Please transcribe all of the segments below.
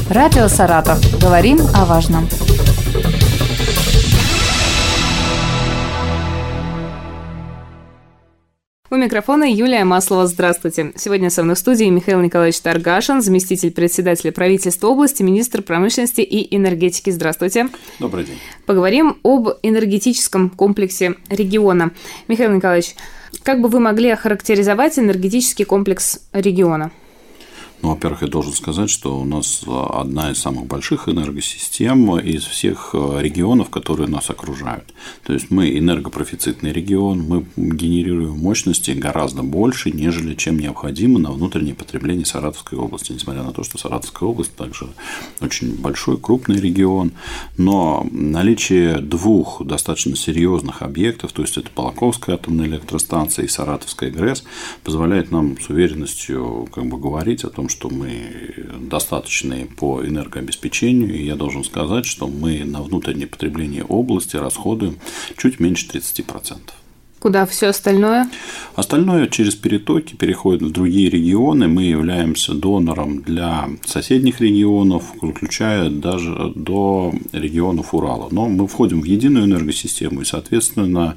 Радио «Саратов». Говорим о важном. У микрофона Юлия Маслова. Здравствуйте. Сегодня со мной в студии Михаил Николаевич Таргашин, заместитель председателя правительства области, министр промышленности и энергетики. Здравствуйте. Добрый день. Поговорим об энергетическом комплексе региона. Михаил Николаевич, как бы вы могли охарактеризовать энергетический комплекс региона? Ну, во-первых, я должен сказать, что у нас одна из самых больших энергосистем из всех регионов, которые нас окружают. То есть мы энергопрофицитный регион, мы генерируем мощности гораздо больше, нежели чем необходимо на внутреннее потребление Саратовской области. Несмотря на то, что Саратовская область также очень большой, крупный регион, но наличие двух достаточно серьезных объектов, то есть это Балаковская атомная электростанция и Саратовская ГРЭС, позволяет нам с уверенностью говорить о том, что мы достаточны по энергообеспечению, и я должен сказать, что мы на внутреннее потребление области расходуем чуть меньше 30%. Куда все остальное? Остальное через перетоки переходит в другие регионы. Мы являемся донором для соседних регионов, включая даже до регионов Урала. Но мы входим в единую энергосистему и, соответственно,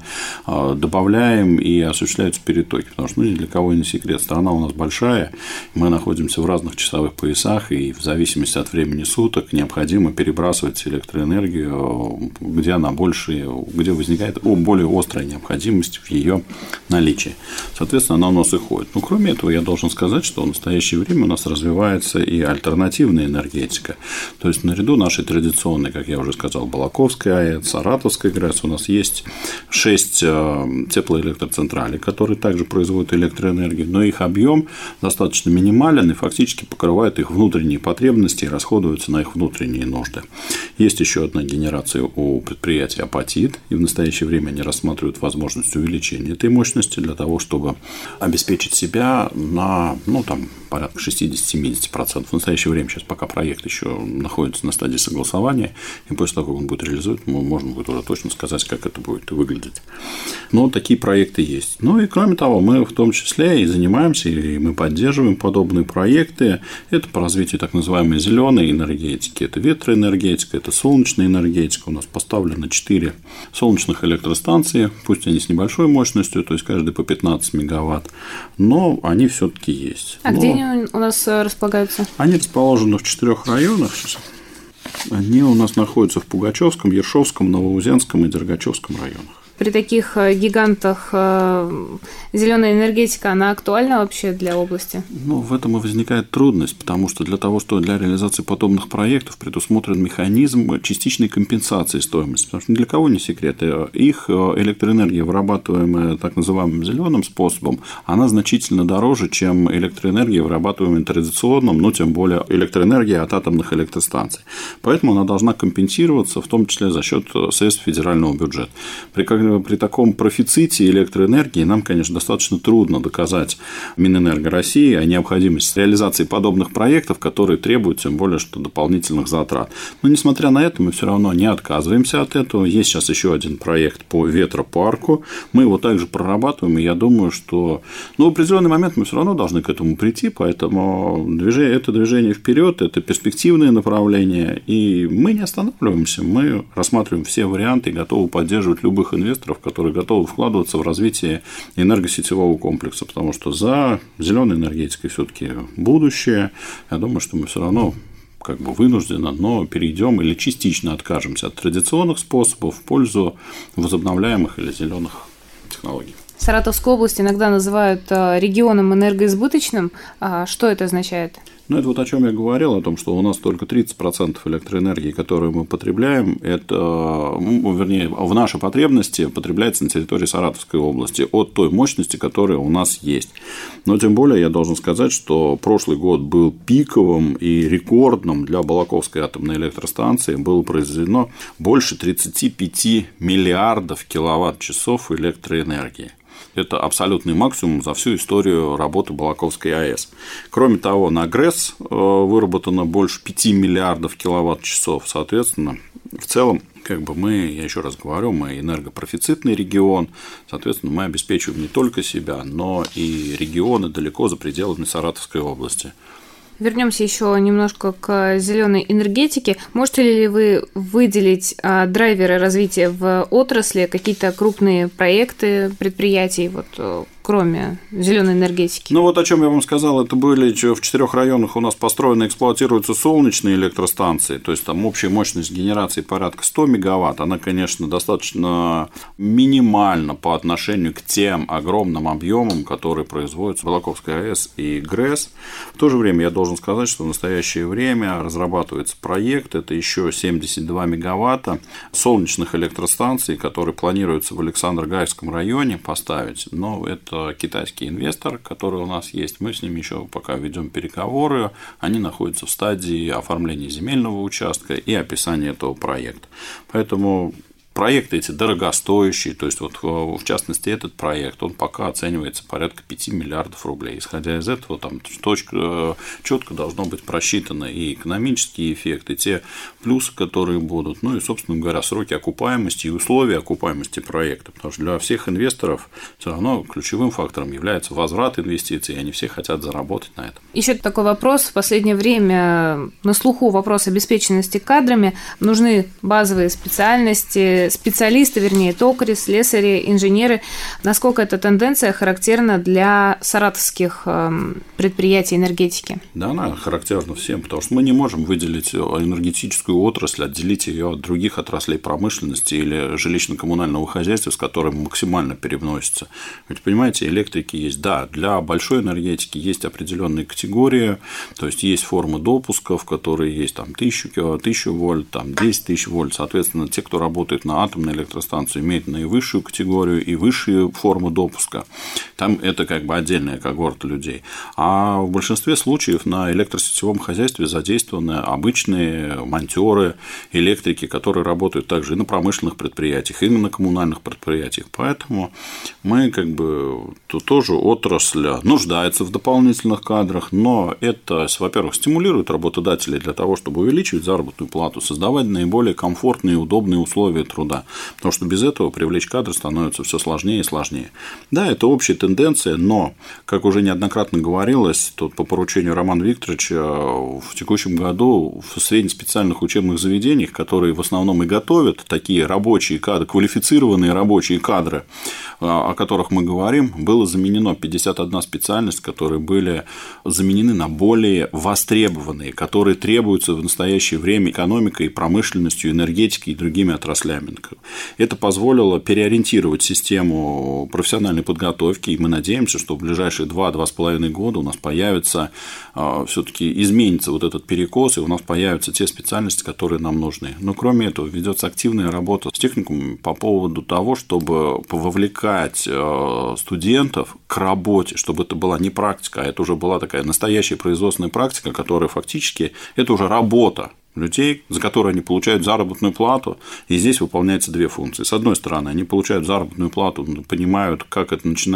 добавляем и осуществляются перетоки. Потому что ни для кого не секрет, страна у нас большая, мы находимся в разных часовых поясах, и в зависимости от времени суток необходимо перебрасывать электроэнергию, где она больше, где возникает более острая необходимость в ее наличии. Соответственно, она у нас и ходит. Но кроме этого, я должен сказать, что в настоящее время у нас развивается и альтернативная энергетика. То есть, наряду нашей традиционной, как я уже сказал, Балаковская АЭС, Саратовская ГРЭС, у нас есть 6 теплоэлектроцентралей, которые также производят электроэнергию, но их объем достаточно минимален и фактически покрывает их внутренние потребности и расходуются на их внутренние нужды. Есть еще одна генерация у предприятия «Апатит», и в настоящее время они рассматривают возможность увеличения этой мощности для того, чтобы обеспечить себя на порядка 60-70%. В настоящее время сейчас пока проект еще находится на стадии согласования, и после того, как он будет реализован, можно будет уже точно сказать, как это будет выглядеть. Но такие проекты есть. Ну и кроме того, мы в том числе и занимаемся, и мы поддерживаем подобные проекты. Это по развитию так называемой зеленой энергетики, это ветроэнергетика, это солнечная энергетика. У нас поставлено 4 солнечных электростанции, пусть они с небольшой мощностью, то есть каждый по 15 мегаватт, но они все-таки есть. Где они у нас располагаются? Они расположены в 4 районах. Они у нас находятся в Пугачевском, Ершовском, Новоузенском и Дергачевском районах. При таких гигантах зеленая энергетика, она актуальна вообще для области? В этом и возникает трудность, потому что для реализации подобных проектов предусмотрен механизм частичной компенсации стоимости. Потому что ни для кого не секрет, их электроэнергия, вырабатываемая так называемым зеленым способом, она значительно дороже, чем электроэнергия, вырабатываемая традиционным, тем более электроэнергия от атомных электростанций. Поэтому она должна компенсироваться, в том числе за счет средств федерального бюджета. При таком профиците электроэнергии нам, конечно, достаточно трудно доказать Минэнерго России о необходимости реализации подобных проектов, которые требуют, тем более, что дополнительных затрат. Но, несмотря на это, мы все равно не отказываемся от этого. Есть сейчас еще один проект по ветропарку. Мы его также прорабатываем, и я думаю, что в определенный момент мы все равно должны к этому прийти, поэтому это движение вперед, это перспективное направление, и мы не останавливаемся, мы рассматриваем все варианты и готовы поддерживать любых инвесторов, которые готовы вкладываться в развитие энергосетевого комплекса, потому что за зеленой энергетикой все-таки будущее. Я думаю, что мы все равно вынуждены, но перейдем или частично откажемся от традиционных способов в пользу возобновляемых или зеленых технологий. Саратовскую область иногда называют регионом энергоизбыточным. Что это означает? Это о чем я говорил, о том, что у нас только 30% электроэнергии, которую мы потребляем, это, в нашей потребности потребляется на территории Саратовской области от той мощности, которая у нас есть. Но тем более я должен сказать, что прошлый год был пиковым и рекордным для Балаковской атомной электростанции. Было произведено больше 35 миллиардов киловатт-часов электроэнергии. Это абсолютный максимум за всю историю работы Балаковской АЭС. Кроме того, на ГРЭС выработано больше 5 миллиардов киловатт-часов. Соответственно, в целом, я еще раз говорю, мы энергопрофицитный регион, соответственно, мы обеспечиваем не только себя, но и регионы далеко за пределами Саратовской области. вернемся еще немножко к зеленой энергетике. Можете ли вы выделить драйверы развития в отрасли, какие-то крупные проекты предприятий, кроме зеленой энергетики? О чем я вам сказал, это были в 4 районах у нас построены и эксплуатируются солнечные электростанции, то есть там общая мощность генерации порядка 100 мегаватт, она, конечно, достаточно минимальна по отношению к тем огромным объемам, которые производятся в Балаковской АЭС и ГРЭС. В то же время я должен сказать, что в настоящее время разрабатывается проект, это еще 72 мегаватта солнечных электростанций, которые планируется в Александро-Гайском районе поставить, но это китайский инвестор, который у нас есть, мы с ними еще пока ведем переговоры, они находятся в стадии оформления земельного участка и описания этого проекта. Поэтому проекты эти дорогостоящие, то есть в частности этот проект, он пока оценивается порядка 5 миллиардов рублей. Исходя из этого, там четко должно быть просчитаны и экономические эффекты, те плюсы, которые будут, и, собственно говоря, сроки окупаемости и условия окупаемости проекта, потому что для всех инвесторов все равно ключевым фактором является возврат инвестиций, и они все хотят заработать на этом. Еще такой вопрос. В последнее время на слуху вопрос обеспеченности кадрами. Нужны базовые специальности, специалисты, токари, слесари, инженеры. Насколько эта тенденция характерна для саратовских предприятий энергетики? Да, она характерна всем, потому что мы не можем выделить энергетическую отрасль, отделить ее от других отраслей промышленности или жилищно-коммунального хозяйства, с которым максимально перевносится. Ведь, понимаете, электрики есть, да, для большой энергетики есть определенные категории, то есть есть формы допусков, которые есть там 1000 вольт, там 10 тысяч вольт, соответственно, те, кто работает на атомной электростанции, имеют наивысшую категорию и высшие формы допуска. Там это отдельная когорта людей. А в большинстве случаев на электросетевом хозяйстве задействованы обычные монтёры, электрики, которые работают также и на промышленных предприятиях, и на коммунальных предприятиях. Поэтому мы тут тоже отрасль нуждается в дополнительных кадрах, но это, во-первых, стимулирует работодателей для того, чтобы увеличивать заработную плату, создавать наиболее комфортные и удобные условия труда, потому что без этого привлечь кадры становится все сложнее и сложнее. Да, это общая тенденция, но, как уже неоднократно говорилось, тут по поручению Романа Викторовича в текущем году в среднеспециальных учебных заведениях, которые в основном и готовят такие рабочие кадры, квалифицированные рабочие кадры, о которых мы говорим, было заменено 51 специальность, которые были заменены на более востребованные, которые требуются в настоящее время экономикой, промышленностью, энергетикой и другими отраслями. Это позволило переориентировать систему профессиональной подготовки, и мы надеемся, что в ближайшие 2-2,5 года у нас появится, все-таки изменится этот перекос, и у нас появятся те специальности, которые нам нужны. Но кроме этого ведется активная работа с техникумами по поводу того, чтобы вовлекать студентов к работе, чтобы это была не практика, а это уже была такая настоящая производственная практика, которая фактически это уже работа людей, за которые они получают заработную плату, и здесь выполняются две функции. С одной стороны, они получают заработную плату, понимают, как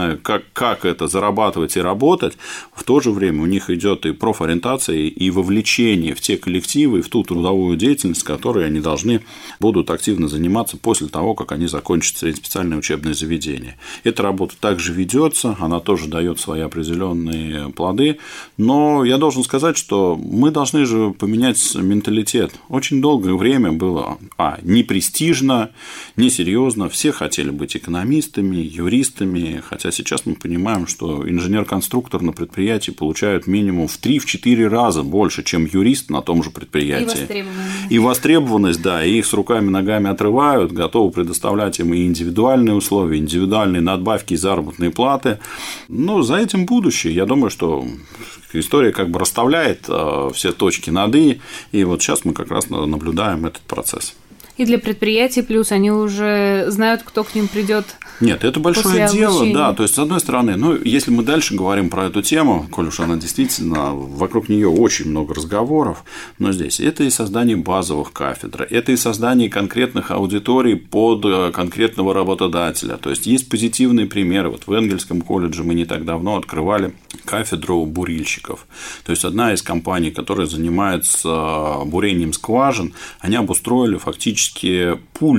это зарабатывать и работать, в то же время у них идет и профориентация, и вовлечение в те коллективы, в ту трудовую деятельность, которой они должны будут активно заниматься после того, как они закончат среднеспециальное учебное заведение. Эта работа также ведется, она тоже дает свои определенные плоды, но я должен сказать, что мы должны же поменять менталитет. Очень долгое время было не престижно, не серьезно. Все хотели быть экономистами, юристами, хотя сейчас мы понимаем, что инженер-конструктор на предприятии получает минимум в 3-4 раза больше, чем юрист на том же предприятии. И востребованность, да, и их с руками и ногами отрывают, готовы предоставлять им и индивидуальные условия, индивидуальные надбавки и заработные платы. Но за этим будущее. Я думаю, что история расставляет все точки над «и», и вот сейчас мы как раз наблюдаем этот процесс. И для предприятий плюс они уже знают, кто к ним придет. Нет, это большое дело, да. То есть, с одной стороны, если мы дальше говорим про эту тему, коль уж она действительно, вокруг нее очень много разговоров, но здесь это и создание базовых кафедр, это и создание конкретных аудиторий под конкретного работодателя. То есть, есть позитивные примеры. В Энгельском колледже мы не так давно открывали кафедру бурильщиков. То есть, одна из компаний, которая занимается бурением скважин, они обустроили фактически пульт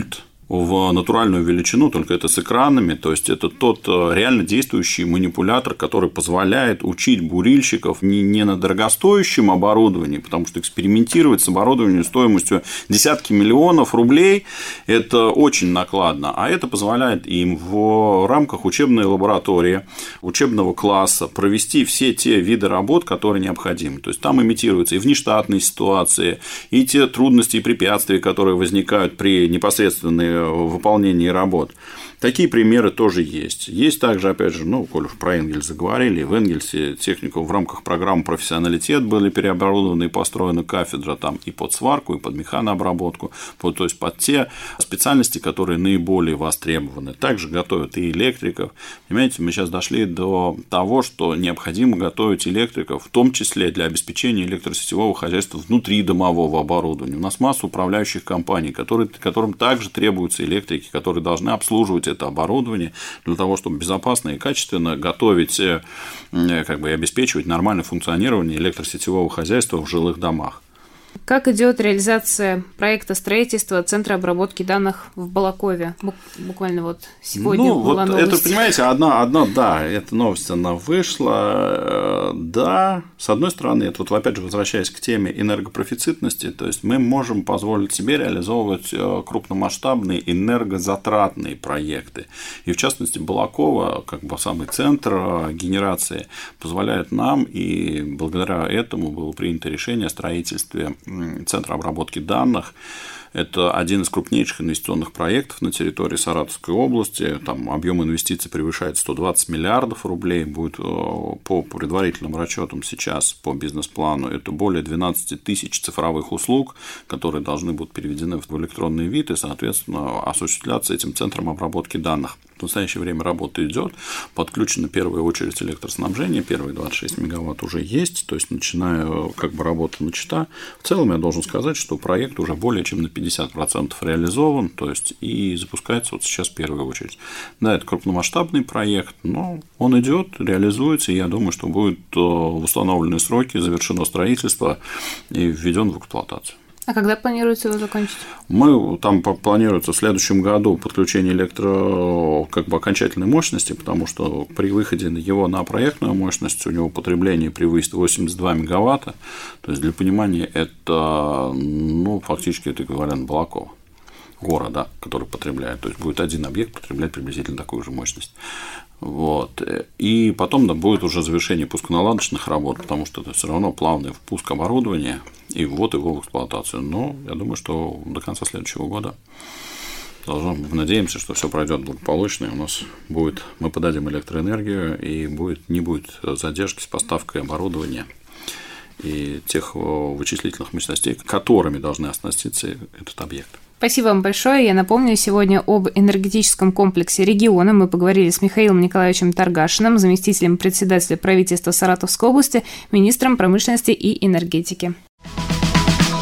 в натуральную величину, только это с экранами, то есть это тот реально действующий манипулятор, который позволяет учить бурильщиков не на дорогостоящем оборудовании, потому что экспериментировать с оборудованием стоимостью десятки миллионов рублей – это очень накладно, а это позволяет им в рамках учебной лаборатории, учебного класса провести все те виды работ, которые необходимы. То есть там имитируются и внештатные ситуации, и те трудности и препятствия, которые возникают при непосредственной выполнении работ. Такие примеры тоже есть. Есть также, опять же, коль уж про Энгельс заговорили, в Энгельсе технику в рамках программы «Профессионалитет» были переоборудованы и построена кафедра там и под сварку, и под механообработку, то есть под те специальности, которые наиболее востребованы. Также готовят и электриков. Понимаете, мы сейчас дошли до того, что необходимо готовить электриков, в том числе для обеспечения электросетевого хозяйства внутри домового оборудования. У нас масса управляющих компаний, которым также требуются электрики, которые должны обслуживать это оборудование для того, чтобы безопасно и качественно готовить и обеспечивать нормальное функционирование электросетевого хозяйства в жилых домах. Как идет реализация проекта строительства Центра обработки данных в Балакове? Буквально сегодня была новость. Это, понимаете, эта новость, она вышла, да, с одной стороны, это опять же, возвращаясь к теме энергопрофицитности, то есть мы можем позволить себе реализовывать крупномасштабные энергозатратные проекты, и в частности Балакова, самый центр генерации, позволяет нам, и благодаря этому было принято решение о строительстве Центра обработки данных. Это один из крупнейших инвестиционных проектов на территории Саратовской области. Там объем инвестиций превышает 120 миллиардов рублей. Будет по предварительным расчетам сейчас по бизнес-плану. Это более 12 тысяч цифровых услуг, которые должны будут переведены в электронный вид и, соответственно, осуществляться этим центром обработки данных. В настоящее время работа идет, подключена в первую очередь электроснабжение, первые 26 мегаватт уже есть, то есть начиная работа начата. В целом я должен сказать, что проект уже более чем на 50% реализован, то есть и запускается сейчас в первую очередь. Да, это крупномасштабный проект, но он идет, реализуется, и я думаю, что будет в установленные сроки завершено строительство и введен в эксплуатацию. А когда планируется его закончить? Там планируется в следующем году подключение окончательной мощности, потому что при выходе его на проектную мощность у него потребление превысит 82 мегаватта. То есть, для понимания, это фактически это эквивалент Балакова. Города, который потребляет. То есть будет один объект потреблять приблизительно такую же мощность. И потом будет уже завершение пусконаладочных работ, потому что это все равно плавный впуск оборудования и ввод его в эксплуатацию. Но я думаю, что до конца следующего года мы надеемся, что все пройдет благополучно, и у нас мы подадим электроэнергию, и не будет задержки с поставкой оборудования и тех вычислительных мощностей, которыми должны оснаститься этот объект. Спасибо вам большое. Я напомню, сегодня об энергетическом комплексе региона мы поговорили с Михаилом Николаевичем Таргашиным, заместителем председателя правительства Саратовской области, министром промышленности и энергетики.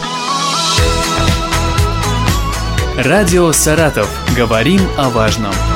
Радио «Саратов». Говорим о важном.